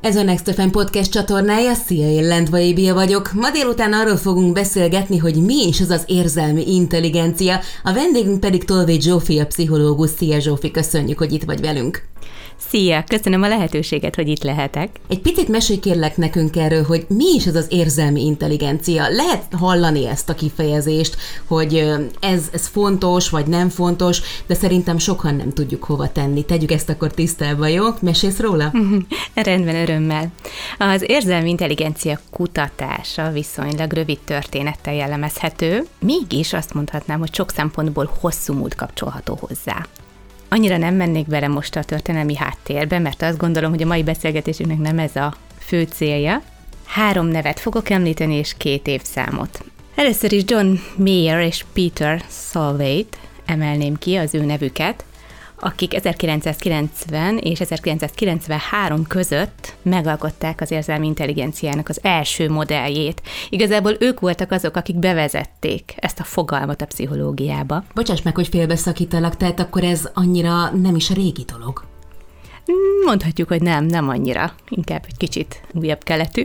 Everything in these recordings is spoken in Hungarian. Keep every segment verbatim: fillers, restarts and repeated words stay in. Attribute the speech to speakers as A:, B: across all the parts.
A: Ez a Next ef em podcast csatornája, szia, én Lendvai Bia vagyok. Ma délután arról fogunk beszélgetni, hogy mi is az az érzelmi intelligencia, a vendégünk pedig Tolvay Zsófi, a pszichológus. Szia Zsófi, köszönjük, hogy itt vagy velünk.
B: Szia, köszönöm a lehetőséget, hogy itt lehetek.
A: Egy picit mesélj kérlek nekünk erről, hogy mi is az az érzelmi intelligencia. Lehet hallani ezt a kifejezést, hogy ez, ez fontos, vagy nem fontos, de szerintem sokan nem tudjuk hova tenni. Tegyük ezt akkor tisztába, jó? Mesélsz róla?
B: Rendben, örömmel. Az érzelmi intelligencia kutatása viszonylag rövid történettel jellemezhető, mégis azt mondhatnám, hogy sok szempontból hosszú múlt kapcsolható hozzá. Annyira nem mennék bele most a történelmi háttérbe, mert azt gondolom, hogy a mai beszélgetésünknek nem ez a fő célja. Három nevet fogok említeni, és két évszámot. Először is John Mayer és Peter Salovey-t emelném ki, az ő nevüket, akik ezerkilencszázkilencven és ezerkilencszázkilencvenhárom között megalkották az érzelmi intelligenciának az első modelljét. Igazából ők voltak azok, akik bevezették ezt a fogalmat a pszichológiába. Bocsáss meg, hogy félbeszakítalak, tehát akkor ez annyira nem is régi dolog? Mondhatjuk, hogy nem, nem annyira. Inkább egy kicsit újabb keletű.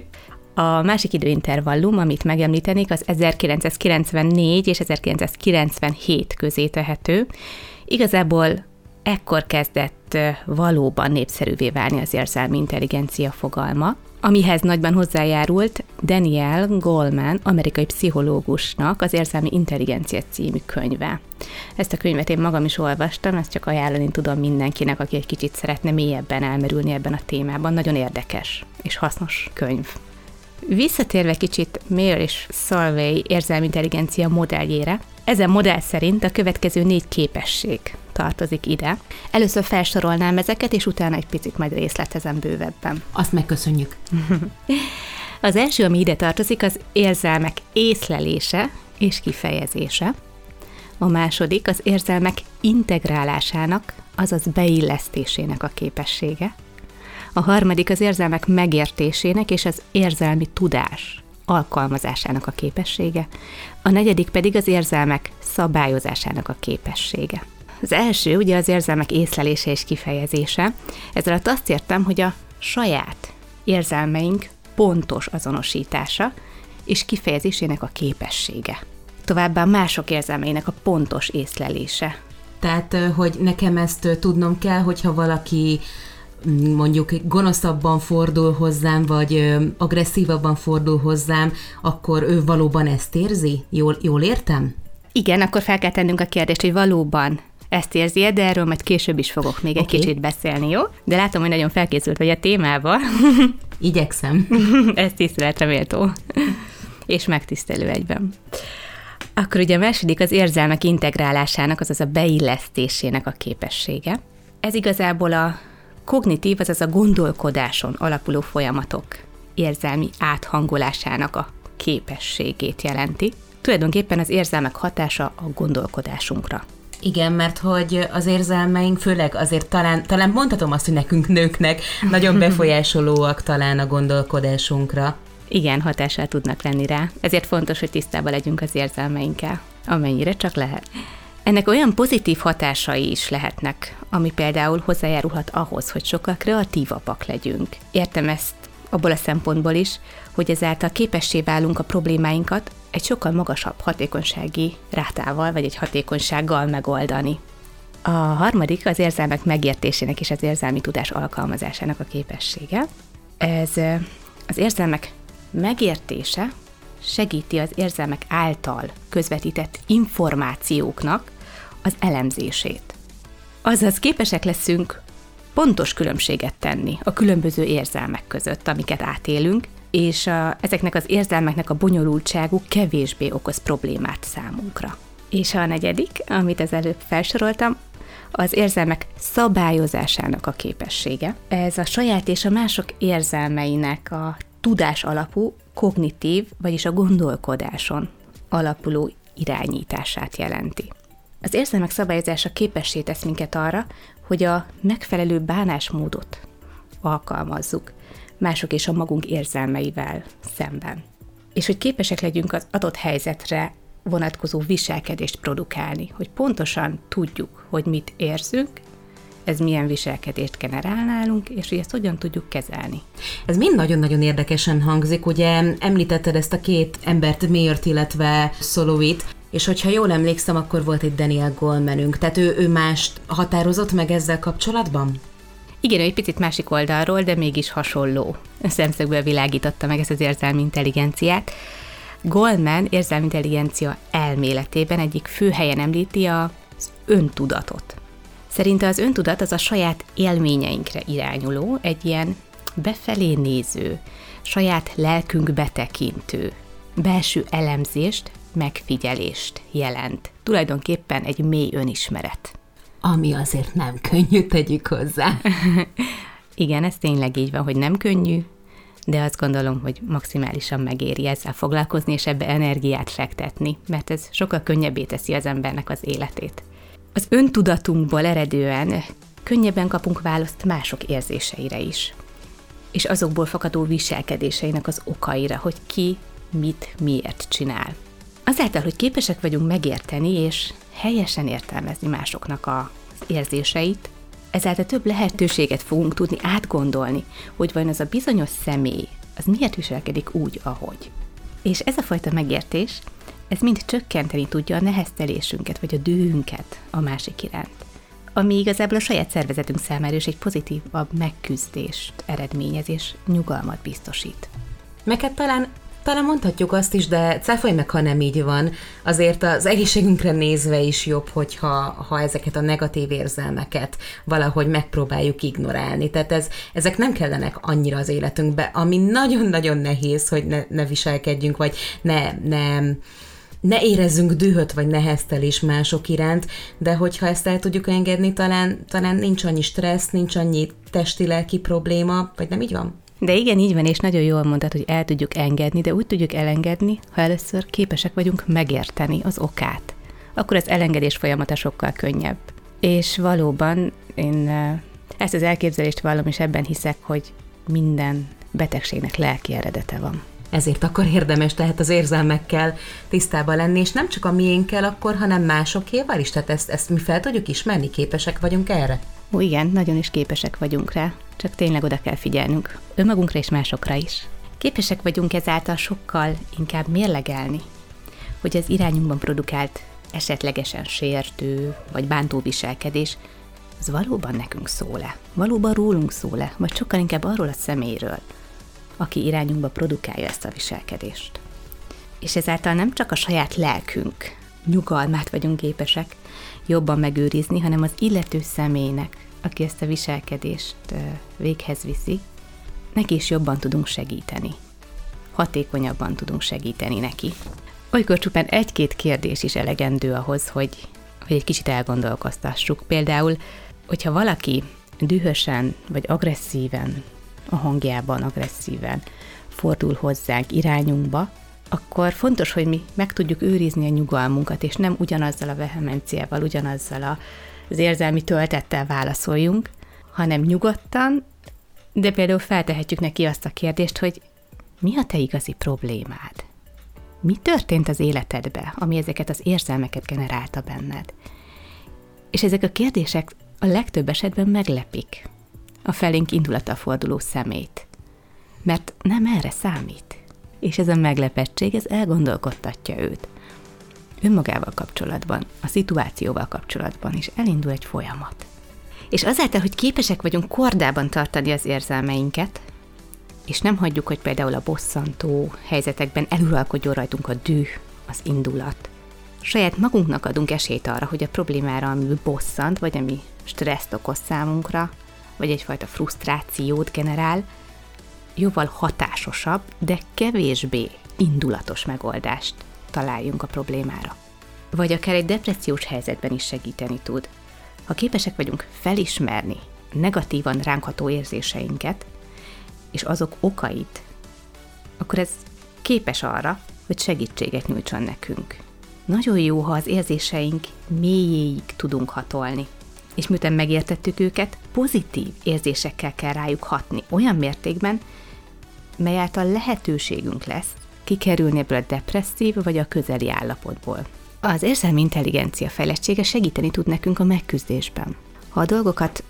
B: A másik időintervallum, amit megemlítenék, az ezerkilencszázkilencvennégy és ezerkilencszázkilencvenhét közé tehető. Igazából ekkor kezdett valóban népszerűvé válni az érzelmi intelligencia fogalma, amihez nagyban hozzájárult Daniel Goleman, amerikai pszichológusnak az Érzelmi Intelligencia című könyve. Ezt a könyvet én magam is olvastam, ezt csak ajánlani tudom mindenkinek, aki egy kicsit szeretne mélyebben elmerülni ebben a témában. Nagyon érdekes és hasznos könyv. Visszatérve kicsit Mayer és Salovey érzelmi intelligencia modelljére, ezen modell szerint a következő négy képesség tartozik ide. Először felsorolnám ezeket, és utána egy picit majd részletezem bővebben.
A: Azt megköszönjük.
B: Az első, ami ide tartozik, az érzelmek észlelése és kifejezése. A második az érzelmek integrálásának, azaz beillesztésének a képessége. A harmadik az érzelmek megértésének és az érzelmi tudás alkalmazásának a képessége. A negyedik pedig az érzelmek szabályozásának a képessége. Az első ugye az érzelmek észlelése és kifejezése. Ezzel azt értem, hogy a saját érzelmeink pontos azonosítása és kifejezésének a képessége. Továbbá mások érzelmeinek a pontos észlelése.
A: Tehát, hogy nekem ezt tudnom kell, hogyha valaki mondjuk gonoszabban fordul hozzám, vagy agresszívabban fordul hozzám, akkor ő valóban ezt érzi? Jól, jól értem?
B: Igen, akkor fel kell tennünk a kérdést, hogy valóban ezt érzi, de erről majd később is fogok még okay. egy kicsit beszélni, jó? De látom, hogy nagyon felkészült vagy a témába.
A: Igyekszem.
B: Ez tiszteletre méltó. És megtisztelő egyben. Akkor ugye a második az érzelmek integrálásának, azaz a beillesztésének a képessége. Ez igazából a kognitív, azaz a gondolkodáson alapuló folyamatok érzelmi áthangolásának a képességét jelenti. Tulajdonképpen az érzelmek hatása a gondolkodásunkra.
A: Igen, mert hogy az érzelmeink, főleg azért talán, talán mondhatom azt, hogy nekünk nőknek nagyon befolyásolóak talán a gondolkodásunkra.
B: Igen, hatással tudnak lenni rá. Ezért fontos, hogy tisztában legyünk az érzelmeinkkel, amennyire csak lehet. Ennek olyan pozitív hatásai is lehetnek, ami például hozzájárulhat ahhoz, hogy sokkal kreatívabbak legyünk. Értem ezt abból a szempontból is, hogy ezáltal képessé válunk a problémáinkat egy sokkal magasabb hatékonysági rátával, vagy egy hatékonysággal megoldani. A harmadik az érzelmek megértésének és az érzelmi tudás alkalmazásának a képessége. Ez az érzelmek megértése segíti az érzelmek által közvetített információknak az elemzését. Azaz képesek leszünk pontos különbséget tenni a különböző érzelmek között, amiket átélünk, és a, ezeknek az érzelmeknek a bonyolultságú kevésbé okoz problémát számunkra. És a negyedik, amit az előbb felsoroltam, az érzelmek szabályozásának a képessége. Ez a saját és a mások érzelmeinek a tudás alapú, kognitív, vagyis a gondolkodáson alapuló irányítását jelenti. Az érzelmek szabályozása képessé tesz minket arra, hogy a megfelelő bánásmódot alkalmazzuk mások és a magunk érzelmeivel szemben. És hogy képesek legyünk az adott helyzetre vonatkozó viselkedést produkálni, hogy pontosan tudjuk, hogy mit érzünk, ez milyen viselkedést generál nálunk, és hogy ezt hogyan tudjuk kezelni.
A: Ez mind nagyon-nagyon érdekesen hangzik, ugye említetted ezt a két embert, Mayert, illetve Solovit, és hogyha jól emlékszem, akkor volt egy Daniel Golemanünk, tehát ő, ő mást határozott meg ezzel kapcsolatban?
B: Igen, egy picit másik oldalról, de mégis hasonló szemszögből világította meg ezt az érzelmi intelligenciát. Goleman érzelmi intelligencia elméletében egyik fő helyen említi az öntudatot. Szerinte az öntudat az a saját élményeinkre irányuló, egy ilyen befelé néző, saját lelkünk betekintő, belső elemzést, megfigyelést jelent. Tulajdonképpen egy mély önismeret.
A: Ami azért nem könnyű, tegyük hozzá.
B: Igen, ez tényleg így van, hogy nem könnyű, de azt gondolom, hogy maximálisan megéri ezzel foglalkozni, és ebbe energiát fektetni, mert ez sokkal könnyebbé teszi az embernek az életét. Az öntudatunkból eredően könnyebben kapunk választ mások érzéseire is, és azokból fakadó viselkedéseinek az okaira, hogy ki mit, miért csinál. Azáltal, hogy képesek vagyunk megérteni és helyesen értelmezni másoknak az érzéseit, ezáltal több lehetőséget fogunk tudni átgondolni, hogy vajon az a bizonyos személy, az miért viselkedik úgy, ahogy. És ez a fajta megértés, ez mind csökkenteni tudja a neheztelésünket, vagy a dühünket a másik iránt, ami igazából a saját szervezetünk számára is egy pozitívabb megküzdést eredményez és nyugalmat biztosít.
A: Meg hát talán Talán mondhatjuk azt is, de cáfolj meg, ha nem így van, azért az egészségünkre nézve is jobb, hogyha ha ezeket a negatív érzelmeket valahogy megpróbáljuk ignorálni. Tehát ez, ezek nem kellenek annyira az életünkbe, ami nagyon-nagyon nehéz, hogy ne, ne viselkedjünk, vagy ne, ne, ne érezzünk dühöt, vagy neheztelés mások iránt, de hogyha ezt el tudjuk engedni, talán, talán nincs annyi stressz, nincs annyi testi-lelki probléma, vagy nem így van?
B: De igen, így van, és nagyon jól mondtad, hogy el tudjuk engedni, de úgy tudjuk elengedni, ha először képesek vagyunk megérteni az okát. Akkor az elengedés folyamata sokkal könnyebb. És valóban én ezt az elképzelést vallom, és ebben hiszek, hogy minden betegségnek lelki eredete van.
A: Ezért akkor érdemes tehát az érzelmekkel tisztában lenni, és nem csak a miénkkel akkor, hanem másokéval is? Tehát ezt, ezt mi fel tudjuk ismerni, képesek vagyunk erre?
B: Ó, igen, nagyon is képesek vagyunk rá, csak tényleg oda kell figyelnünk, önmagunkra és másokra is. Képesek vagyunk ezáltal sokkal inkább mérlegelni, hogy az irányunkban produkált esetlegesen sértő vagy bántó viselkedés, az valóban nekünk szól-e, valóban rólunk szól-e, vagy sokkal inkább arról a személyről, aki irányunkba produkálja ezt a viselkedést. És ezáltal nem csak a saját lelkünk nyugalmát vagyunk képesek jobban megőrizni, hanem az illető személynek, aki ezt a viselkedést véghez viszi, neki is jobban tudunk segíteni. Hatékonyabban tudunk segíteni neki. Olykor csupán egy-két kérdés is elegendő ahhoz, hogy, hogy egy kicsit elgondolkoztassuk. Például, hogyha valaki dühösen vagy agresszíven, a hangjában agresszíven fordul hozzánk irányunkba, akkor fontos, hogy mi meg tudjuk őrizni a nyugalmunkat, és nem ugyanazzal a vehemenciával, ugyanazzal az érzelmi töltettel válaszoljunk, hanem nyugodtan, de például feltehetjük neki azt a kérdést, hogy mi a te igazi problémád? Mi történt az életedben, ami ezeket az érzelmeket generálta benned? És ezek a kérdések a legtöbb esetben meglepik a felénk indulattal forduló szemét, mert nem erre számít. És ez a meglepettség, ez elgondolkodtatja őt önmagával kapcsolatban, a szituációval kapcsolatban, és elindul egy folyamat. És azáltal, hogy képesek vagyunk kordában tartani az érzelmeinket, és nem hagyjuk, hogy például a bosszantó helyzetekben eluralkodjon rajtunk a düh, az indulat. Saját magunknak adunk esélyt arra, hogy a problémára, ami bosszant, vagy ami stresszt okoz számunkra, vagy egyfajta frusztrációt generál, jóval hatásosabb, de kevésbé indulatos megoldást találjunk a problémára. Vagy akár egy depressziós helyzetben is segíteni tud. Ha képesek vagyunk felismerni negatívan ránk ható érzéseinket, és azok okait, akkor ez képes arra, hogy segítséget nyújtson nekünk. Nagyon jó, ha az érzéseink mélyéig tudunk hatolni. És miután megértettük őket, pozitív érzésekkel kell rájuk hatni, olyan mértékben, mely által lehetőségünk lesz kikerülni ebből a depresszív vagy a közeli állapotból. Az érzelmi intelligencia fejlettsége segíteni tud nekünk a megküzdésben. Ha a dolgokat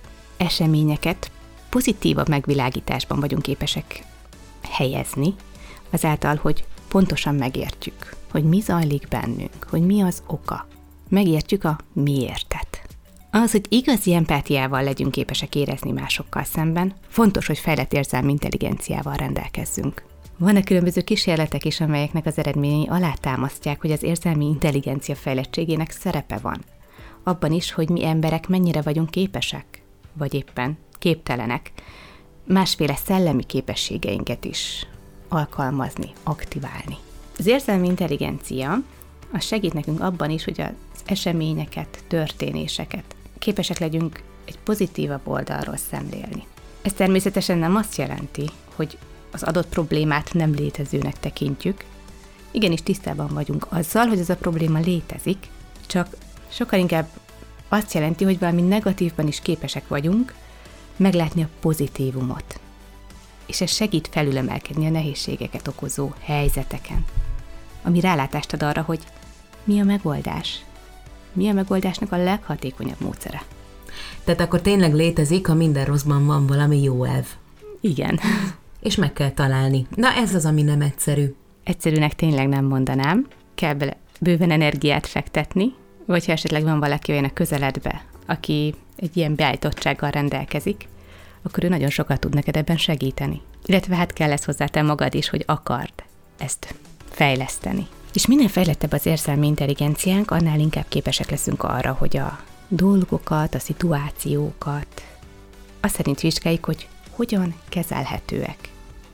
B: eseményeket pozitívabb megvilágításban vagyunk képesek helyezni, azáltal, hogy pontosan megértjük, hogy mi zajlik bennünk, hogy mi az oka. Megértjük a miértet. Az, hogy igazi empátiával legyünk képesek érezni másokkal szemben, fontos, hogy fejlett érzelmi intelligenciával rendelkezzünk. Vannak különböző kísérletek is, amelyeknek az eredményei alátámasztják, hogy az érzelmi intelligencia fejlettségének szerepe van. Abban is, hogy mi emberek mennyire vagyunk képesek, vagy éppen képtelenek, másféle szellemi képességeinket is alkalmazni, aktiválni. Az érzelmi intelligencia az segít nekünk abban is, hogy az eseményeket, történéseket képesek legyünk egy pozitívabb oldalról szemlélni. Ez természetesen nem azt jelenti, hogy az adott problémát nem létezőnek tekintjük. Igenis tisztában vagyunk azzal, hogy ez a probléma létezik, csak sokkal inkább azt jelenti, hogy valami negatívban is képesek vagyunk meglátni a pozitívumot. És ez segít felülemelkedni a nehézségeket okozó helyzeteken, ami rálátást ad arra, hogy mi a megoldás. Mi a megoldásnak a leghatékonyabb módszere.
A: Tehát akkor tényleg létezik, ha minden rosszban van valami jó elv.
B: Igen.
A: És meg kell találni. Na ez az, ami nem egyszerű.
B: Egyszerűnek tényleg nem mondanám. Kell bele bőven energiát fektetni, vagy ha esetleg van valaki olyan a közeledbe, aki egy ilyen beállítottsággal rendelkezik, akkor ő nagyon sokat tud neked ebben segíteni. Illetve hát kell lesz hozzá te magad is, hogy akard ezt fejleszteni. És minél fejlettebb az érzelmi intelligenciánk, annál inkább képesek leszünk arra, hogy a dolgokat, a szituációkat azt szerint vizsgáljuk, hogy hogyan kezelhetőek.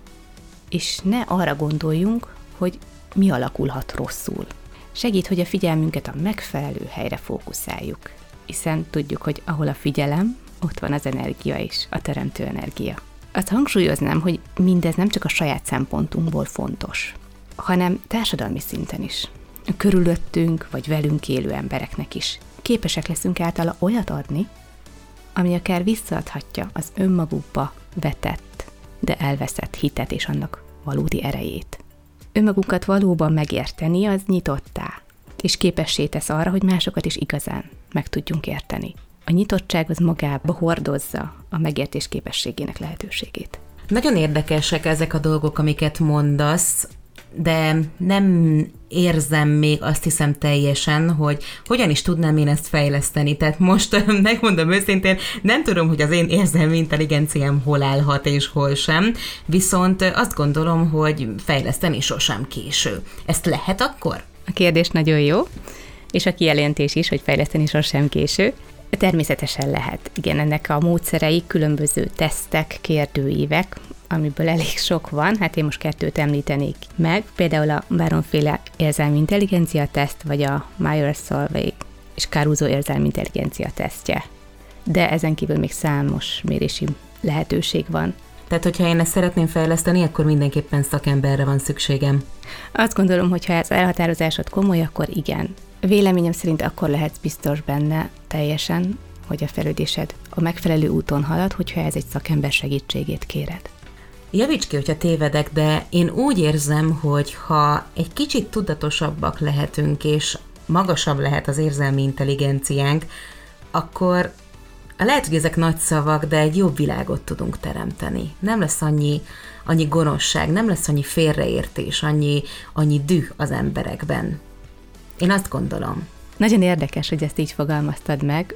B: És ne arra gondoljunk, hogy mi alakulhat rosszul. Segít, hogy a figyelmünket a megfelelő helyre fókuszáljuk, hiszen tudjuk, hogy ahol a figyelem, ott van az energia is, a teremtő energia. Azt hangsúlyoznám, hogy mindez nem csak a saját szempontunkból fontos, hanem társadalmi szinten is. A körülöttünk vagy velünk élő embereknek is. Képesek leszünk általa olyat adni, ami akár visszaadhatja az önmagukba vetett, de elveszett hitet és annak valódi erejét. Önmagunkat valóban megérteni az nyitottá, és képessé tesz arra, hogy másokat is igazán meg tudjunk érteni. A nyitottság az magába hordozza a megértés képességének lehetőségét.
A: Nagyon érdekesek ezek a dolgok, amiket mondasz, de nem érzem még, azt hiszem teljesen, hogy hogyan is tudnám én ezt fejleszteni. Tehát most megmondom őszintén, nem tudom, hogy az én érzelmi intelligenciám hol állhat és hol sem, viszont azt gondolom, hogy fejleszteni sosem késő. Ezt lehet akkor?
B: A kérdés nagyon jó, és a kijelentés is, hogy fejleszteni sosem késő. Természetesen lehet. Igen, ennek a módszerei különböző tesztek, kérdőívek, amiből elég sok van, hát én most kettőt említenék meg, például a Baron-féle érzelmi intelligencia teszt, vagy a Myers-Solvay és Caruso érzelmi intelligencia tesztje. De ezen kívül még számos mérési lehetőség van.
A: Tehát, hogyha én ezt szeretném fejleszteni, akkor mindenképpen szakemberre van szükségem.
B: Azt gondolom, hogy ha ez elhatározásod komoly, akkor igen. Véleményem szerint akkor lehetsz biztos benne teljesen, hogy a fejlődésed a megfelelő úton halad, hogyha ez egy szakember segítségét kéred.
A: Javíts ki, hogyha tévedek, de én úgy érzem, hogy ha egy kicsit tudatosabbak lehetünk, és magasabb lehet az érzelmi intelligenciánk, akkor lehet, hogy ezek nagy szavak, de egy jobb világot tudunk teremteni. Nem lesz annyi, annyi gonoszság, nem lesz annyi félreértés, annyi, annyi düh az emberekben. Én azt gondolom.
B: Nagyon érdekes, hogy ezt így fogalmaztad meg,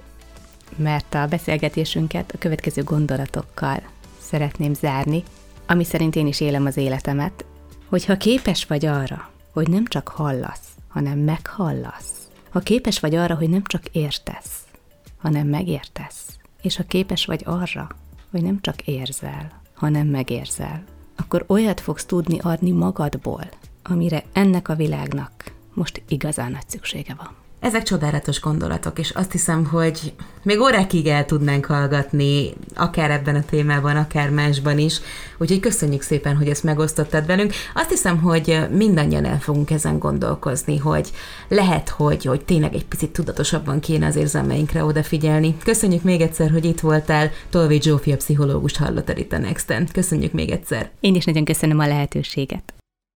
B: mert a beszélgetésünket a következő gondolatokkal szeretném zárni, ami szerint én is élem az életemet, hogyha képes vagy arra, hogy nem csak hallasz, hanem meghallasz, ha képes vagy arra, hogy nem csak értesz, hanem megértesz, és ha képes vagy arra, hogy nem csak érzel, hanem megérzel, akkor olyat fogsz tudni adni magadból, amire ennek a világnak most igazán nagy szüksége van.
A: Ezek csodálatos gondolatok, és azt hiszem, hogy még órákig el tudnánk hallgatni, akár ebben a témában, akár másban is. Úgyhogy köszönjük szépen, hogy ezt megosztottad velünk. Azt hiszem, hogy mindannyian el fogunk ezen gondolkozni, hogy lehet, hogy, hogy tényleg egy picit tudatosabban kéne az érzelmeinkre odafigyelni. Köszönjük még egyszer, hogy itt voltál. Tolvay Zsófia pszichológust hallottad itt a Nexten. Köszönjük még egyszer.
B: Én is nagyon köszönöm a lehetőséget.